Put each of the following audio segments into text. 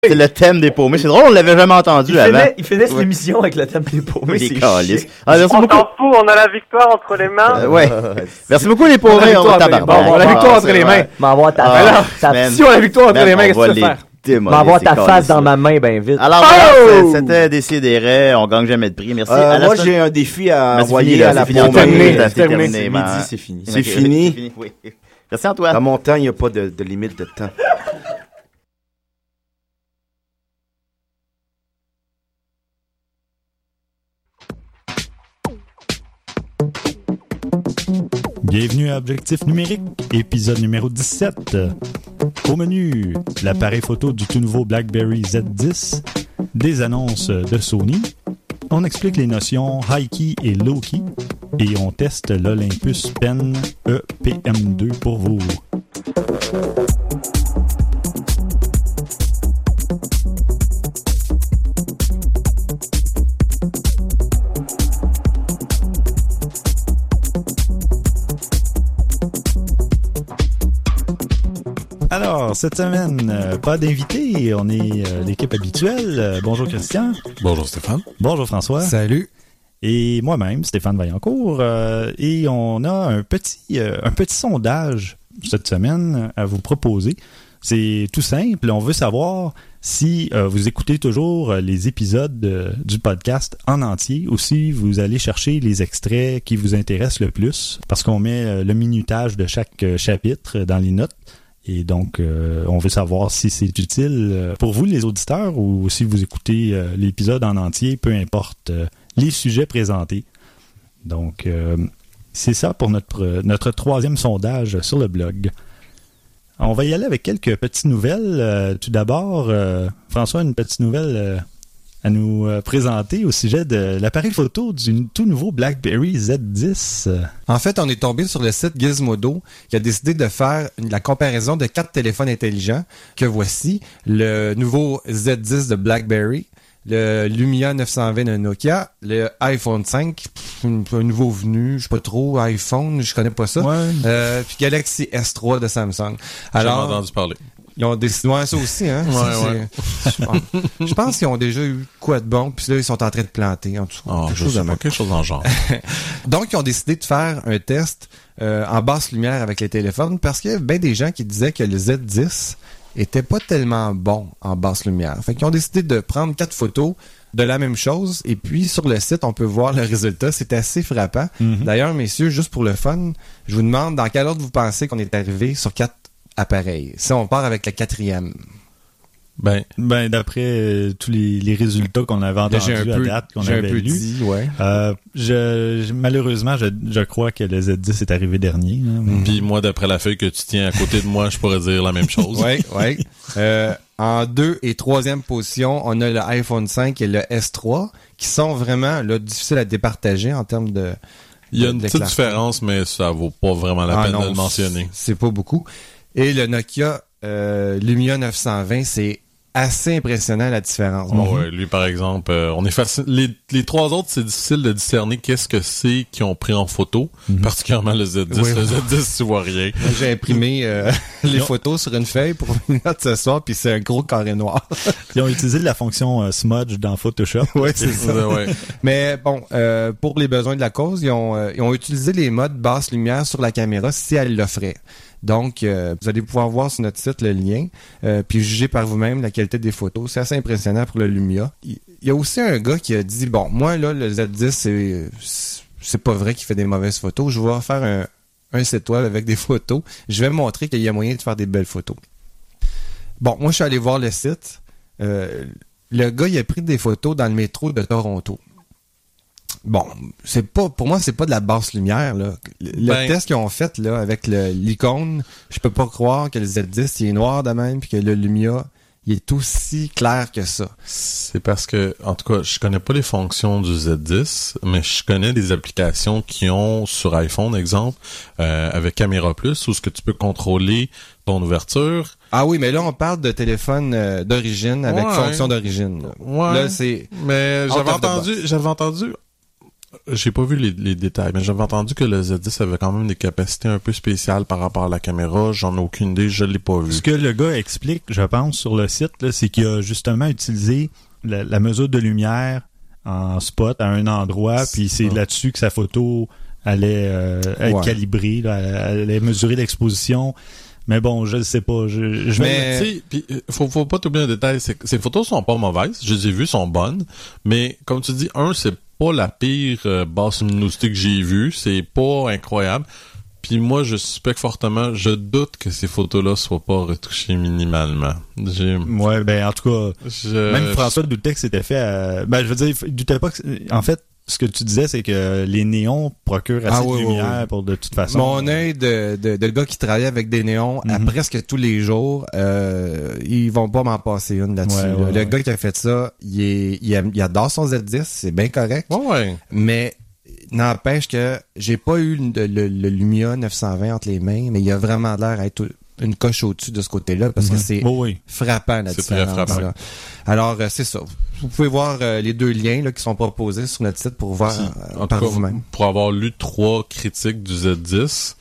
C'est le thème des paumés. C'est drôle, on l'avait jamais entendu avant. Il faisait cette émission avec le thème des paumés. Les c'est calices. chiant. Merci On beaucoup. s'en fout, on a la victoire entre les mains. Ouais. Merci beaucoup, les paumés. On On a la victoire entre les mains. M'envoie ta Ah, face. man. Si on a la victoire entre Man, les mains, on qu'est-ce va que tu veux les faire? démolir, M'envoie ces ta face calices. dans ma main, ben vite. Alors voilà, c'était Décidérez. On gagne jamais de prix. Merci. À la Moi, semaine- j'ai un défi à Mais c'est envoyer fini, là, à la c'est fini, on paumée. termine, C'est c'est terminé. terminé, Midi, man. c'est fini. Ok, C'est fini. Oui. Merci Antoine. Dans mon temps, il n'y a pas de limite de temps. Bienvenue à Objectif numérique, épisode numéro 17. Au menu, l'appareil photo du tout nouveau BlackBerry Z10, des annonces de Sony, on explique les notions High-Key et Low-Key, et on teste l'Olympus Pen EPM2 pour vous. Alors, cette semaine, pas d'invité, on est l'équipe habituelle. Bonjour Christian. Bonjour Stéphane. Bonjour François. Salut. Et moi-même, Stéphane Vaillancourt. Et on a un petit sondage cette semaine à vous proposer. C'est tout simple. On veut savoir si vous écoutez toujours les épisodes du podcast en entier ou si vous allez chercher les extraits qui vous intéressent le plus, parce qu'on met le minutage de chaque chapitre dans les notes. Et donc, on veut savoir si c'est utile pour vous, les auditeurs, ou si vous écoutez l'épisode en entier, peu importe les sujets présentés. Donc, c'est ça pour notre troisième sondage sur le blog. On va y aller avec quelques petites nouvelles. Tout d'abord, François, une petite nouvelle à nous présenter au sujet de l'appareil photo du tout nouveau BlackBerry Z10. En fait, on est tombé sur le site Gizmodo qui a décidé de faire la comparaison de 4 téléphones intelligents que voici. Le nouveau Z10 de BlackBerry, le Lumia 920 de Nokia, le iPhone 5, un nouveau venu, je sais pas trop, iPhone, je connais pas ça. Ouais. Puis Galaxy S3 de Samsung. Alors, j'ai entendu parler. Ils ont décidé, ouais, ça aussi, hein. Je pense qu'ils ont déjà eu quoi de bon, puis là, ils sont en train de planter, en tout cas. Quelque chose dans le genre. Donc, ils ont décidé de faire un test en basse lumière avec les téléphones parce qu'il y a bien des gens qui disaient que le Z10 était pas tellement bon en basse lumière. Fait qu'ils ont décidé de prendre 4 photos de la même chose, et puis sur le site, on peut voir le résultat. C'est assez frappant. Mm-hmm. D'ailleurs, messieurs, juste pour le fun, je vous demande dans quel ordre vous pensez qu'on est arrivé sur 4 appareils. Si on part avec la 4e. Ben d'après tous les résultats qu'on avait entendus à date, qu'on avait lus, dit, ouais. Malheureusement, je crois que le Z10 est arrivé dernier. Puis moi, d'après la feuille que tu tiens à côté de moi, je pourrais dire la même chose. Oui. En 2 et 3e position, on a le iPhone 5 et le S3 qui sont vraiment là, difficiles à départager en termes de... Il y a une petite différence, mais ça vaut pas vraiment la peine de le mentionner. C'est pas beaucoup. Et le Nokia Lumia 920, c'est assez impressionnant la différence. Ouais, lui par exemple, on est facile. Les 3 autres, c'est difficile de discerner qu'est-ce que c'est qu'ils ont pris en photo, particulièrement le Z10. Oui. Le Z10, tu vois rien. Moi, j'ai imprimé les photos sur une feuille pour une note ce soir, puis c'est un gros carré noir. Ils ont utilisé la fonction smudge dans Photoshop. Oui, c'est ça. Ouais. Mais bon, pour les besoins de la cause, ils ont utilisé les modes basse lumière sur la caméra si elle l'offrait. Donc, vous allez pouvoir voir sur notre site le lien, puis juger par vous-même la qualité des photos. C'est assez impressionnant pour le Lumia. Il y a aussi un gars qui a dit, bon, moi, là, le Z10, c'est pas vrai qu'il fait des mauvaises photos. Je vais faire un site web avec des photos. Je vais montrer qu'il y a moyen de faire des belles photos. Bon, moi, je suis allé voir le site. Le gars, il a pris des photos dans le métro de Toronto. Bon, pour moi, c'est pas de la basse lumière, là. Le test qu'ils ont fait, là, avec l'icône, je peux pas croire que le Z10, il est noir de même, puis que le Lumia, il est aussi clair que ça. C'est parce que, en tout cas, je connais pas les fonctions du Z10, mais je connais des applications qui ont sur iPhone, exemple, avec Caméra Plus, où ce que tu peux contrôler ton ouverture. Ah oui, mais là, on parle de téléphone d'origine avec fonction d'origine. Là. Ouais. Là, c'est... Mais j'avais entendu j'ai pas vu les détails, mais j'avais entendu que le Z10 avait quand même des capacités un peu spéciales par rapport à la caméra. J'en ai aucune idée, je l'ai pas vu. Ce que le gars explique, je pense, sur le site, là, c'est qu'il a justement utilisé la mesure de lumière en spot à un endroit, puis c'est là-dessus que sa photo allait être calibrée, là, elle allait mesurer l'exposition. Mais bon, je ne sais pas. Mais tu sais, faut pas t'oublier un détail, c'est que ces photos sont pas mauvaises. Je les ai vues, sont bonnes. Mais comme tu dis, c'est pas la pire basse luminosité que j'ai vue. C'est pas incroyable. Puis moi, je suspecte fortement, je doute que ces photos-là soient pas retouchées minimalement. Ouais, ben en tout cas, même François doutait que c'était fait. Je veux dire, il doutait pas que. En fait, ce que tu disais, c'est que les néons procurent assez de lumière pour de toute façon. Mon œil de gars qui travaille avec des néons à presque tous les jours, ils vont pas m'en passer une là-dessus. Le gars qui a fait ça, il adore son Z10, c'est bien correct. Ouais. Mais n'empêche que j'ai pas eu le Lumia 920 entre les mains, mais il a vraiment l'air d'être une coche au-dessus de ce côté-là parce que c'est frappant la différence. C'est très frappant. Là. Alors, c'est ça. Vous pouvez voir les deux liens là, qui sont proposés sur notre site pour voir par vous-même. Pour avoir lu 3 critiques du Z10,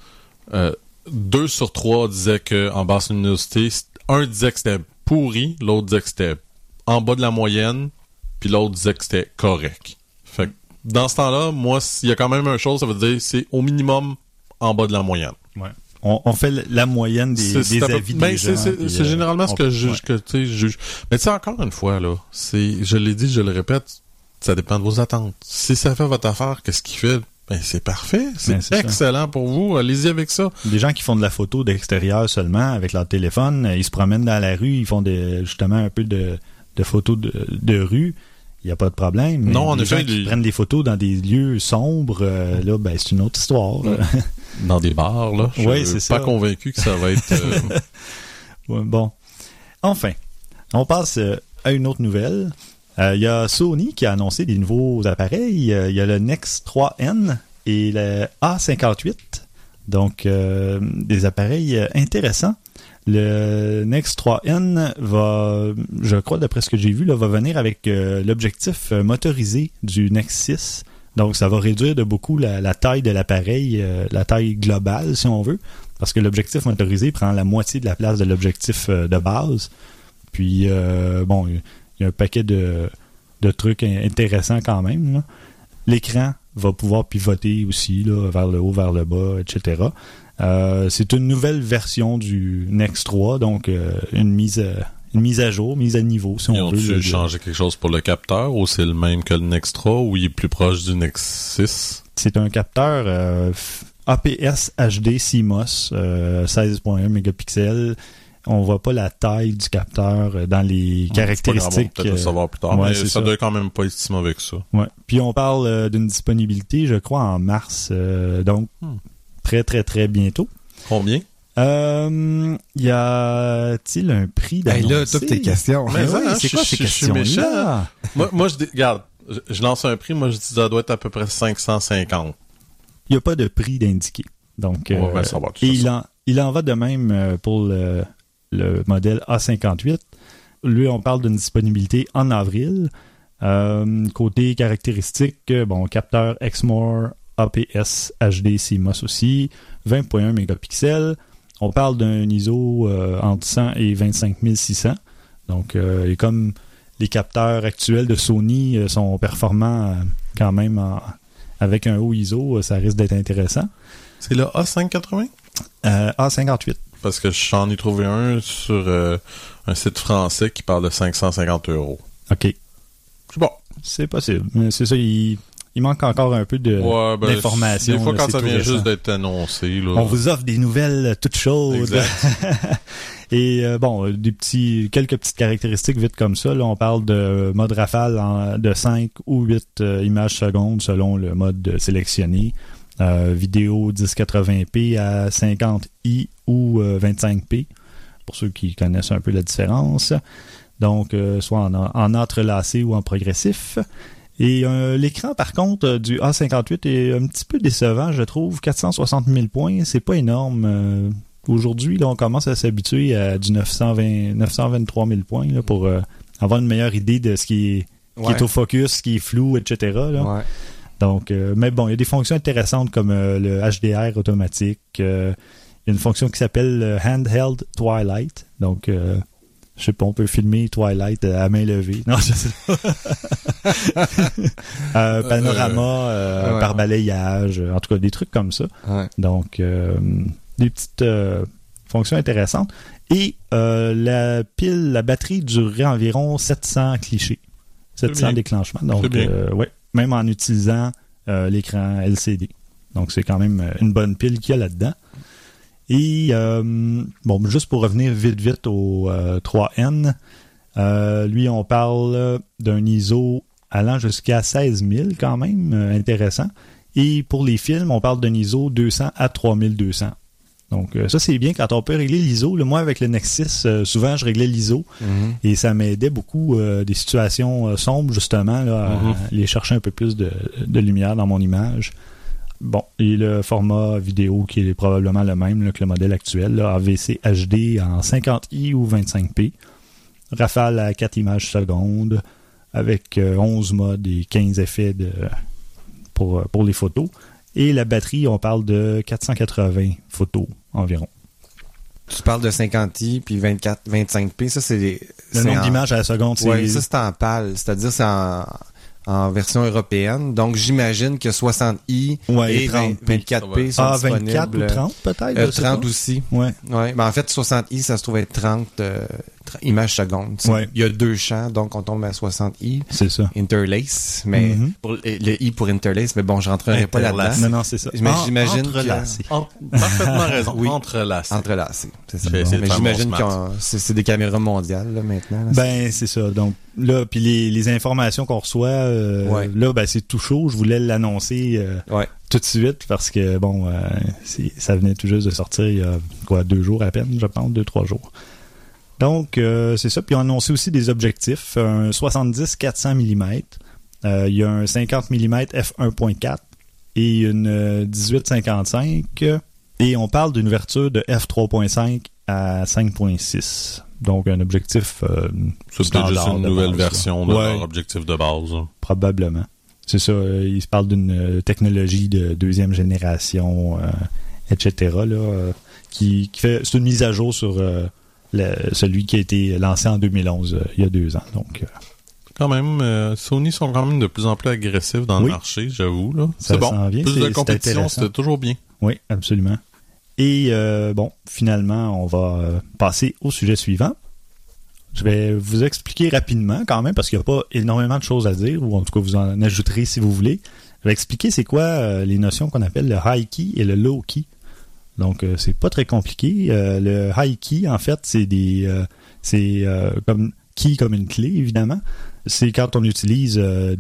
2 sur 3 disaient que en basse luminosité, un disait que c'était pourri, l'autre disait que c'était en bas de la moyenne, puis l'autre disait que c'était correct. Fait que dans ce temps-là, moi, s'il y a quand même une chose, ça veut dire c'est au minimum en bas de la moyenne. Ouais. On fait la moyenne des avis des gens. C'est généralement ce que je juge. Mais tu sais, encore une fois, là, je l'ai dit, je le répète, ça dépend de vos attentes. Si ça fait votre affaire, qu'est-ce qu'il fait? Ben, c'est parfait. C'est excellent pour vous. Allez-y avec ça. Des gens qui font de la photo d'extérieur seulement avec leur téléphone, ils se promènent dans la rue, ils font justement un peu de photos de rue. Il n'y a pas de problème. Mais non, en effet, qui prennent des photos dans des lieux sombres, là, ben, c'est une autre histoire. Dans des bars, là. Oui, c'est ça. Pas convaincu que ça va être... Ouais, bon. Enfin, on passe à une autre nouvelle. Il y a Sony qui a annoncé des nouveaux appareils. Il y a le Nex 3N et le A58. Donc, des appareils intéressants. Le Nex 3N va, je crois, d'après ce que j'ai vu, là, va venir avec l'objectif motorisé du Nex 6. Donc, ça va réduire de beaucoup la taille de l'appareil, la taille globale, si on veut, parce que l'objectif motorisé prend la moitié de la place de l'objectif de base. Puis, bon, il y a un paquet de trucs intéressants quand même, là. L'écran va pouvoir pivoter aussi, là, vers le haut, vers le bas, etc. C'est une nouvelle version du Nex 3, donc une mise à jour, mise à niveau, si on veut. Ont-tu changé quelque chose pour le capteur, ou c'est le même que le Nex 3, ou il est plus proche du Nex 6? C'est un capteur APS HD CMOS, 16.1 mégapixels. On voit pas la taille du capteur dans les caractéristiques. On va peut-être le savoir plus tard, mais ça doit quand même pas être estimé avec ça. Ouais. Puis on parle d'une disponibilité, je crois, en mars, donc très, très, très bientôt. Combien? Y a-t-il un prix d'annoncer? Là, toutes tes questions. Mais oui, c'est quoi ces questions-là? Moi, regarde, je lance un prix, moi je dis ça doit être à peu près 550. Il n'y a pas de prix d'indiqué. Donc, on va savoir tout ça. Il en va de même pour le modèle A58. Lui, on parle d'une disponibilité en avril. Côté caractéristiques, bon, capteur Exmor APS HD CMOS aussi, 20.1 mégapixels. On parle d'un ISO entre 100 et 25600. Donc, et comme les capteurs actuels de Sony sont performants quand même avec un haut ISO, ça risque d'être intéressant. C'est le A580? A58. Parce que j'en ai trouvé un sur un site français qui parle de 550 €. OK. C'est bon. C'est possible. Mais c'est ça, il manque encore un peu d'informations. Des fois, là, quand ça vient récent. juste d'être annoncé. Là. On vous offre des nouvelles toutes chaudes. Exact. Et bon, quelques petites caractéristiques vite comme ça. Là, on parle de mode rafale de 5 ou 8 images secondes selon le mode sélectionné. Vidéo 1080p à 50i ou 25p, pour ceux qui connaissent un peu la différence. Donc, soit en entrelacé ou en progressif. Et l'écran, par contre, du A58 est un petit peu décevant, je trouve. 460 000 points, c'est pas énorme. Aujourd'hui, là, on commence à s'habituer à du 923 000 points là, pour avoir une meilleure idée de ce qui est au focus, ce qui est flou, etc. Là. Ouais. Donc, mais bon, il y a des fonctions intéressantes comme le HDR automatique. Il y a une fonction qui s'appelle Handheld Twilight. Donc, je sais pas, on peut filmer Twilight à main levée. Non, je sais pas. Panorama par balayage. En tout cas, des trucs comme ça. Ouais. Donc, des petites fonctions intéressantes. Et la batterie durerait environ 700 clichés. 700 déclenchements. Donc, ouais, même en utilisant l'écran LCD. Donc, c'est quand même une bonne pile qu'il y a là-dedans. Et, bon, juste pour revenir vite au 3N, lui, on parle d'un ISO allant jusqu'à 16 000 quand même, intéressant. Et pour les films, on parle d'un ISO 200 à 3200. Donc, ça, c'est bien quand on peut régler l'ISO. Là, moi, avec le Nexus, souvent, je réglais l'ISO et ça m'aidait beaucoup des situations sombres, justement, là, à aller chercher un peu plus de lumière dans mon image. Bon, et le format vidéo qui est probablement le même là, que le modèle actuel, là, AVC HD en 50i ou 25p. Rafale à 4 images secondes avec 11 modes et 15 effets pour les photos. Et la batterie, on parle de 480 photos environ. Tu parles de 50i puis 25p, ça c'est... Le nombre d'images à la seconde, c'est... Oui, ça c'est en PAL, c'est-à-dire c'est en version européenne. Donc, j'imagine que 60i et 24p sont disponibles. 24 ou 30 peut-être? 30 aussi. Ouais. Ouais. Ben, en fait, 60i, ça se trouve être 30 images secondes. Ouais. Il y a 2 champs, donc on tombe à 60i. C'est ça. Interlace, mais pour le i pour interlace, mais bon, je rentrerai pas là-dedans. Non, c'est ça. Mais j'imagine entrelacé. Parfaitement raison. Oui. Entrelacé. C'est ça. Mais j'imagine que c'est des caméras mondiales là, maintenant. Là, ben, c'est ça. Donc, là, puis les informations qu'on reçoit, là, ben, c'est tout chaud. Je voulais l'annoncer tout de suite parce que, bon, ça venait tout juste de sortir il y a 2 jours à peine, je pense, 2-3 jours. Donc, c'est ça. Puis on a annoncé aussi des objectifs. Un 70-400 mm. Il y a un 50 mm f1.4 et une 18-55. Et on parle d'une ouverture de f3.5 à 5.6. Donc, un objectif c'est peut-être juste une nouvelle version de leur objectif de base. Probablement. C'est ça. Il se parle d'une technologie de 2e génération, etc. Là, qui fait... C'est une mise à jour sur... celui qui a été lancé en 2011, il y a 2 ans. Donc, quand même, Sony sont quand même de plus en plus agressifs dans le marché, j'avoue. Là. C'est bon. Plus de compétition, c'était toujours bien. Oui, absolument. Et bon, finalement, on va passer au sujet suivant. Je vais vous expliquer rapidement quand même, parce qu'il n'y a pas énormément de choses à dire, ou en tout cas, vous en ajouterez si vous voulez. Je vais expliquer c'est quoi les notions qu'on appelle le high key et le low key. Donc, c'est pas très compliqué. Le high key, en fait, c'est comme key comme une clé, évidemment. C'est quand on utilise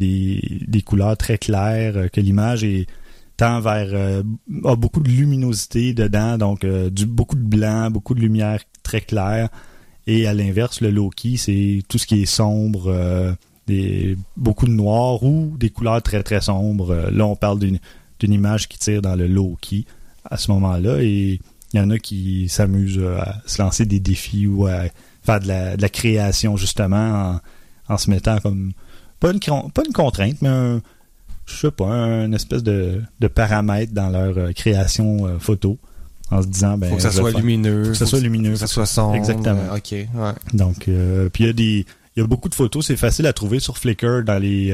des couleurs très claires, que l'image tend vers a beaucoup de luminosité dedans, donc beaucoup de blanc, beaucoup de lumière très claire. Et à l'inverse, le low key, c'est tout ce qui est sombre, beaucoup de noir ou des couleurs très très sombres. Là, on parle d'une image qui tire dans le low key à ce moment-là, et il y en a qui s'amusent à se lancer des défis ou à faire de la création justement en se mettant comme pas une contrainte, mais je sais pas, une espèce de paramètre dans leur création photo, en se disant ben faut que ça soit lumineux, faut que ça soit lumineux, faut que ça soit sombre. Exactement. OK, ouais. Donc puis il y a beaucoup de photos, c'est facile à trouver sur Flickr dans les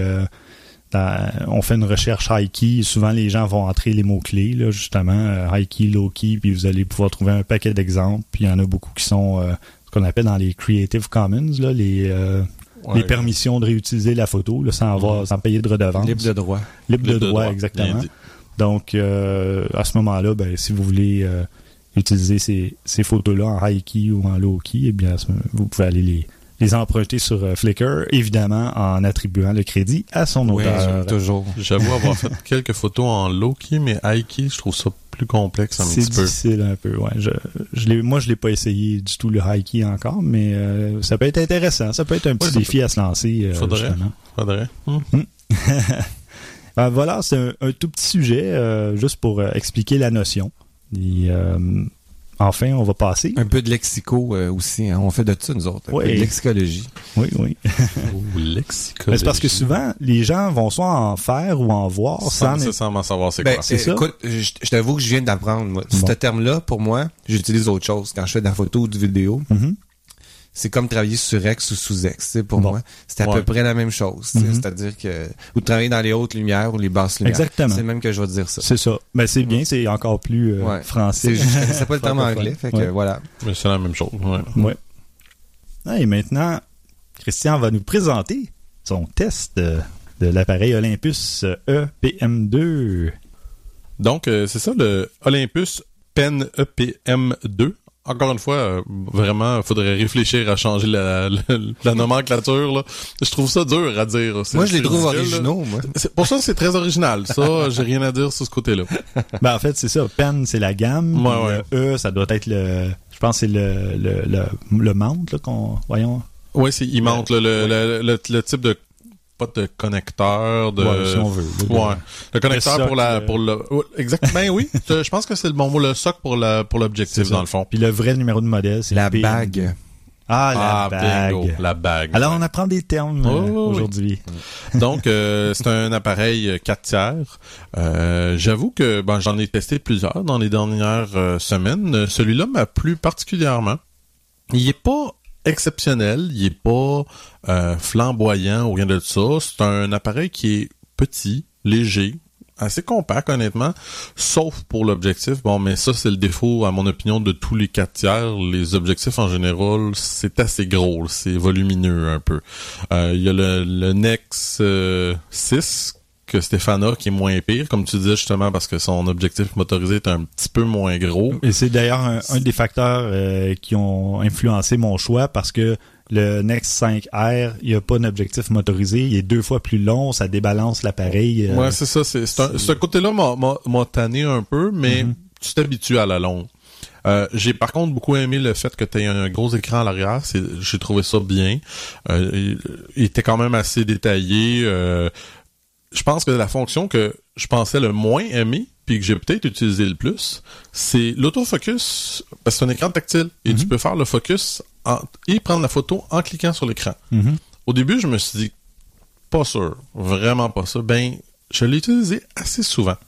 on fait une recherche high key, souvent les gens vont entrer les mots-clés, là, justement, high key, low key, puis vous allez pouvoir trouver un paquet d'exemples, puis il y en a beaucoup qui sont ce qu'on appelle dans les Creative Commons, là, les permissions de réutiliser la photo, là, sans payer de redevance. Libre de droit. Libre de droit, exactement. Donc, à ce moment-là, ben, si vous voulez utiliser ces photos-là en high key ou en low key, eh bien, vous pouvez aller les emprunter sur Flickr, évidemment en attribuant le crédit à son auteur. Oui, toujours. J'avoue avoir fait quelques photos en low key, mais high key, je trouve ça plus complexe un petit peu. C'est difficile un peu, ouais. Moi, je l'ai pas essayé du tout le high key encore, mais ça peut être intéressant. Ça peut être un petit défi à se lancer. Faudrait. Ben, voilà, c'est un tout petit sujet, juste pour expliquer la notion. Et, enfin, on va passer. Un peu de lexico aussi. Hein. On fait de ça, nous autres. Un peu de lexicologie. Oui. Lexicologie. Mais c'est parce que souvent, les gens vont soit en faire ou en voir sans nécessairement savoir c'est quoi. C'est ça. Écoute, je t'avoue que je viens d'apprendre. Moi. Ce terme-là, pour moi, j'utilise autre chose. Quand je fais de la photo ou du vidéo, c'est comme travailler sur X ou sous X. Pour moi, c'est à peu près la même chose. C'est-à-dire que ou travailler dans les hautes lumières ou les basses lumières. Exactement. C'est même que je vais te dire ça. C'est ça. Ben c'est bien, c'est encore plus français. Je connaissais pas le terme anglais, fait que voilà. Mais c'est la même chose. Ouais. Et maintenant, Christian va nous présenter son test de l'appareil Olympus EPM2. Donc, c'est ça, le Olympus Pen EPM2. Encore une fois, vraiment, faudrait réfléchir à changer la nomenclature, là. Je trouve ça dur à dire. Moi, je les trouve originaux, moi. Pour ça, c'est très original. Ça, j'ai rien à dire sur ce côté-là. Ben, en fait, c'est ça. Pen, c'est la gamme. Ouais. Le E, ça doit être je pense que c'est le mount, là, voyons. Oui, il monte, le type de, pas de connecteur, si on veut. Le connecteur pour le exactement, ben oui. Je pense que c'est le bon mot, le socle pour l'objectif, dans le fond. Puis le vrai numéro de modèle, c'est la bague. La bague. Bingo, la bague. Alors, on apprend des termes aujourd'hui. Donc, c'est un appareil 4 tiers. J'avoue que j'en ai testé plusieurs dans les dernières semaines. Celui-là m'a plu particulièrement. Il est pas exceptionnel, il est pas flamboyant ou rien de ça. C'est un appareil qui est petit, léger, assez compact honnêtement, sauf pour l'objectif. Bon, mais ça c'est le défaut à mon opinion de tous les 4 tiers. Les objectifs en général, c'est assez gros, c'est volumineux un peu. Il y a le Nex 6 que Stéphane a, qui est moins pire, comme tu disais justement, parce que son objectif motorisé est un petit peu moins gros. Et c'est d'ailleurs un des facteurs qui ont influencé mon choix, parce que le Nex 5R, il n'y a pas d'objectif motorisé, il est 2 fois plus long, ça débalance l'appareil. Ouais, c'est ça. Ce côté-là m'a tanné un peu, mais tu t'habitues à la longue. J'ai par contre beaucoup aimé le fait que tu aies un gros écran à l'arrière. J'ai trouvé ça bien. Il était quand même assez détaillé. Je pense que la fonction que je pensais le moins aimer, puis que j'ai peut-être utilisé le plus, c'est l'autofocus, parce que c'est un écran tactile, et tu peux faire le focus et prendre la photo en cliquant sur l'écran. Au début, je me suis dit, pas sûr, vraiment pas ça. Je l'ai utilisé assez souvent,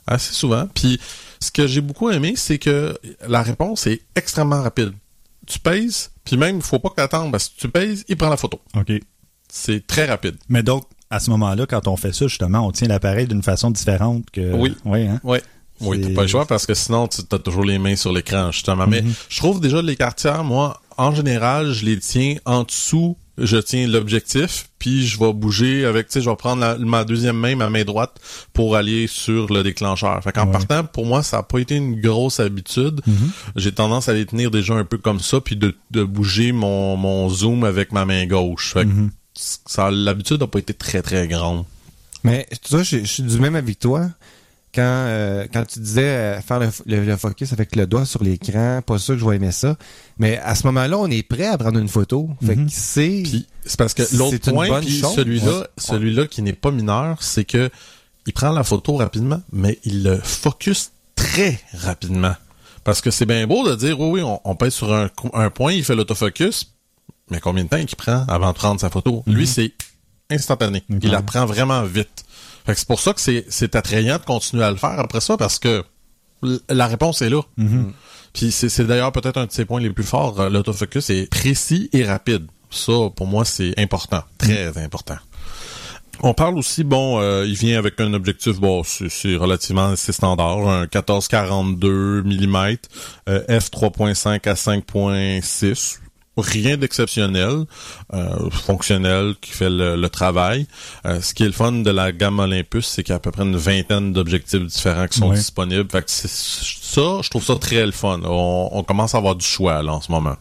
puis ce que j'ai beaucoup aimé, c'est que la réponse est extrêmement rapide. Tu pèses, puis même, il faut pas que t'attendes, parce que tu pèses, il prend la photo. OK. C'est très rapide. Mais donc, à ce moment-là, quand on fait ça, justement, on tient l'appareil d'une façon différente que... Oui. Hein? Oui. Oui, t'as pas le choix parce que sinon, tu as toujours les mains sur l'écran, justement. Mais je trouve déjà les quartières, moi, en général, je les tiens en dessous. Je tiens l'objectif, puis je vais bouger avec, je vais prendre ma deuxième main, ma main droite, pour aller sur le déclencheur. Fait qu'en partant, pour moi, ça a pas été une grosse habitude. J'ai tendance à les tenir déjà un peu comme ça, puis de bouger mon zoom avec ma main gauche. Fait que l'habitude n'a pas été très, très grande. Mais, tu vois, je suis du même avec toi. Quand tu disais faire le focus avec le doigt sur l'écran, pas sûr que je vais aimer ça. Mais à ce moment-là, on est prêt à prendre une photo. Fait que c'est parce que l'autre point, puis celui-là qui n'est pas mineur, c'est que il prend la photo rapidement, mais il le focus très rapidement. Parce que c'est bien beau de dire, oui, on pèse sur un point, il fait l'autofocus, mais combien de temps il prend avant de prendre sa photo? Lui, c'est instantané. Il la prend vraiment vite. Fait que c'est pour ça que c'est attrayant de continuer à le faire après ça, parce que la réponse est là. Puis c'est d'ailleurs peut-être un de ses points les plus forts. L'autofocus est précis et rapide. Ça, pour moi, c'est important. Très important. On parle aussi, il vient avec un objectif, c'est relativement assez standard, un 14-42 mm, f3.5 à 5.6. Rien d'exceptionnel, fonctionnel, qui fait le travail. Ce qui est le fun de la gamme Olympus, c'est qu'il y a à peu près une vingtaine d'objectifs différents qui sont disponibles. Fait que ça, je trouve ça très le fun. On commence à avoir du choix là en ce moment.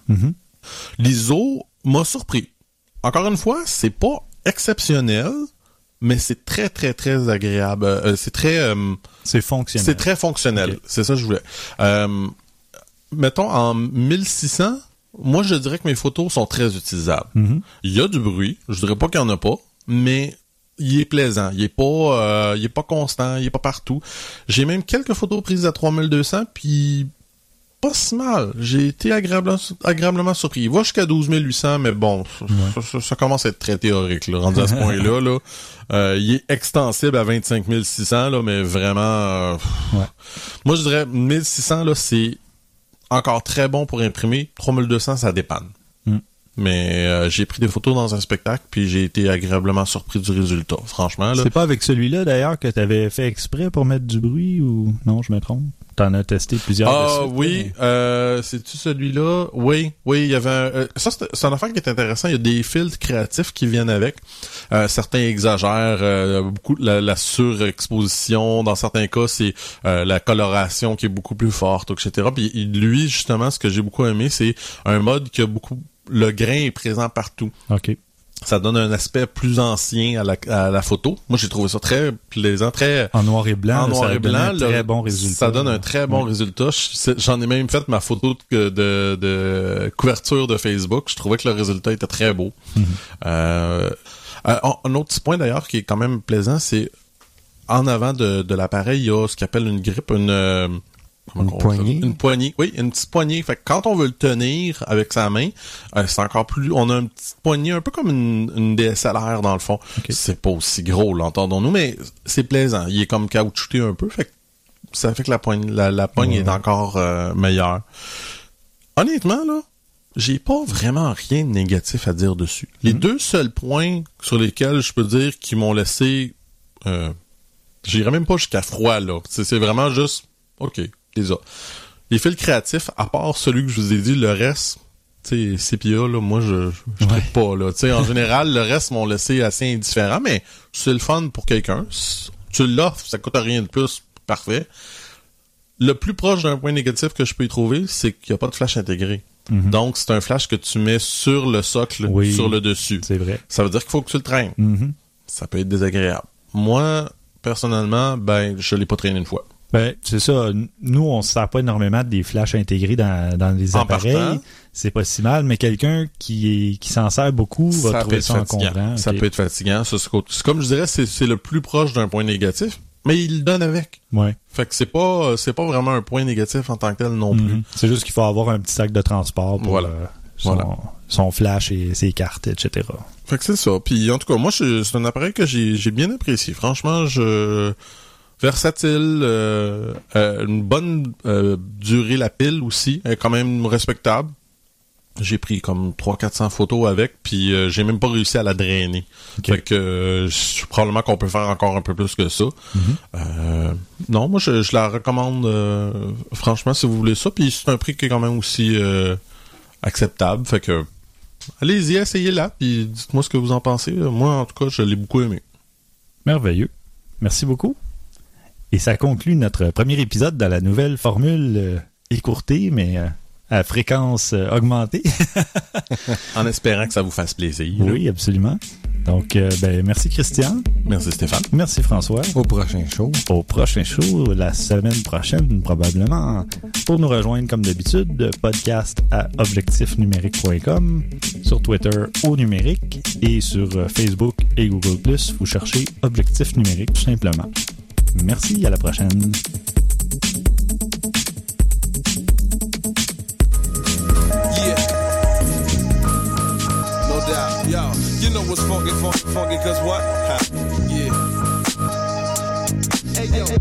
L'ISO m'a surpris. Encore une fois, c'est pas exceptionnel, mais c'est très, très, très agréable. C'est fonctionnel. C'est très fonctionnel. Okay. C'est ça que je voulais. Mettons, en 1600, moi, je dirais que mes photos sont très utilisables. Il y a du bruit. Je dirais pas qu'il y en a pas, mais il est plaisant. Il est pas constant. Il est pas partout. J'ai même quelques photos prises à 3200, puis pas si mal. J'ai été agréablement surpris. Il va jusqu'à 12 800, mais bon, ça commence à être très théorique, là, rendu à ce point-là, là. Il est extensible à 25 600, là, mais vraiment, moi, je dirais, 1600, là, c'est encore très bon pour imprimer. 3200, ça dépanne. Mais j'ai pris des photos dans un spectacle, puis j'ai été agréablement surpris du résultat, franchement. Là. C'est pas avec celui-là, d'ailleurs, que t'avais fait exprès pour mettre du bruit, ou... Non, je me trompe? T'en as testé plusieurs. Ah oui, c'est-tu celui-là? Oui, il y avait ça, c'est une affaire qui est intéressant. Il y a des filtres créatifs qui viennent avec. Certains exagèrent beaucoup la surexposition. Dans certains cas, c'est la coloration qui est beaucoup plus forte, etc. Puis lui, justement, ce que j'ai beaucoup aimé, c'est un mode qui a beaucoup... Le grain est présent partout. OK. Ça donne un aspect plus ancien à la photo. Moi, j'ai trouvé ça très plaisant, très... En noir et blanc. En noir et blanc, très bon résultat. Ça donne un très bon résultat. J'en ai même fait ma photo de couverture de Facebook. Je trouvais que le résultat était très beau. Un autre petit point, d'ailleurs, qui est quand même plaisant, c'est en avant de l'appareil, il y a ce qu'on appelle une grippe, une poignée. Une poignée, oui, une petite poignée. Fait que quand on veut le tenir avec sa main, c'est encore plus... On a une petite poignée, un peu comme une DSLR dans le fond. Okay. C'est pas aussi gros, l'entendons-nous, mais c'est plaisant. Il est comme caoutchouté un peu, fait que ça fait que la poigne est encore meilleure. Honnêtement, là, j'ai pas vraiment rien de négatif à dire dessus. Les deux seuls points sur lesquels je peux dire qu'ils m'ont laissé... j'irais même pas jusqu'à froid, là. C'est vraiment juste... OK. Les fils créatifs, à part celui que je vous ai dit, le reste, tu sais, CPA, là, moi, je tripe pas, là. Tu sais, en général, le reste m'ont laissé assez indifférent, mais c'est le fun pour quelqu'un. Tu l'offres, ça coûte rien de plus, parfait. Le plus proche d'un point négatif que je peux y trouver, c'est qu'il n'y a pas de flash intégré. Donc, c'est un flash que tu mets sur le socle, sur le dessus. C'est vrai. Ça veut dire qu'il faut que tu le traînes. Ça peut être désagréable. Moi, personnellement, je l'ai pas traîné une fois. Ben, c'est ça. Nous, on se sert pas énormément des flashs intégrés dans les appareils. C'est pas si mal, mais quelqu'un qui s'en sert beaucoup va trouver ça encombrant. Ça peut être fatigant. Ça, c'est comme je dirais, c'est le plus proche d'un point négatif, mais il le donne avec. Ouais. Fait que c'est pas vraiment un point négatif en tant que tel non plus. C'est juste qu'il faut avoir un petit sac de transport pour son flash et ses cartes, etc. Fait que c'est ça. Puis en tout cas, moi, c'est un appareil que j'ai bien apprécié. Franchement, versatile, une bonne durée la pile aussi, elle est quand même respectable. J'ai pris comme 300-400 photos avec, puis j'ai même pas réussi à la drainer. Okay. Fait que probablement qu'on peut faire encore un peu plus que ça. Non, moi je la recommande franchement si vous voulez ça, puis c'est un prix qui est quand même aussi acceptable. Fait que allez-y, essayez-la, puis dites-moi ce que vous en pensez. Moi en tout cas, je l'ai beaucoup aimé. Merveilleux. Merci beaucoup. Et ça conclut notre premier épisode dans la nouvelle formule écourtée, mais à fréquence augmentée. En espérant que ça vous fasse plaisir. Oui, absolument. Donc, merci Christian. Merci Stéphane. Merci François. Au prochain show. Au prochain show, la semaine prochaine, probablement. Pour nous rejoindre, comme d'habitude, podcast à objectifnumérique.com, sur Twitter au numérique et sur Facebook et Google+, vous cherchez Objectif Numérique, tout simplement. Merci, à la prochaine. No doubt. Yo, you know what's funky, cause what? Yeah. Hey, yo.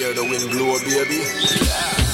hear the wind blow, baby.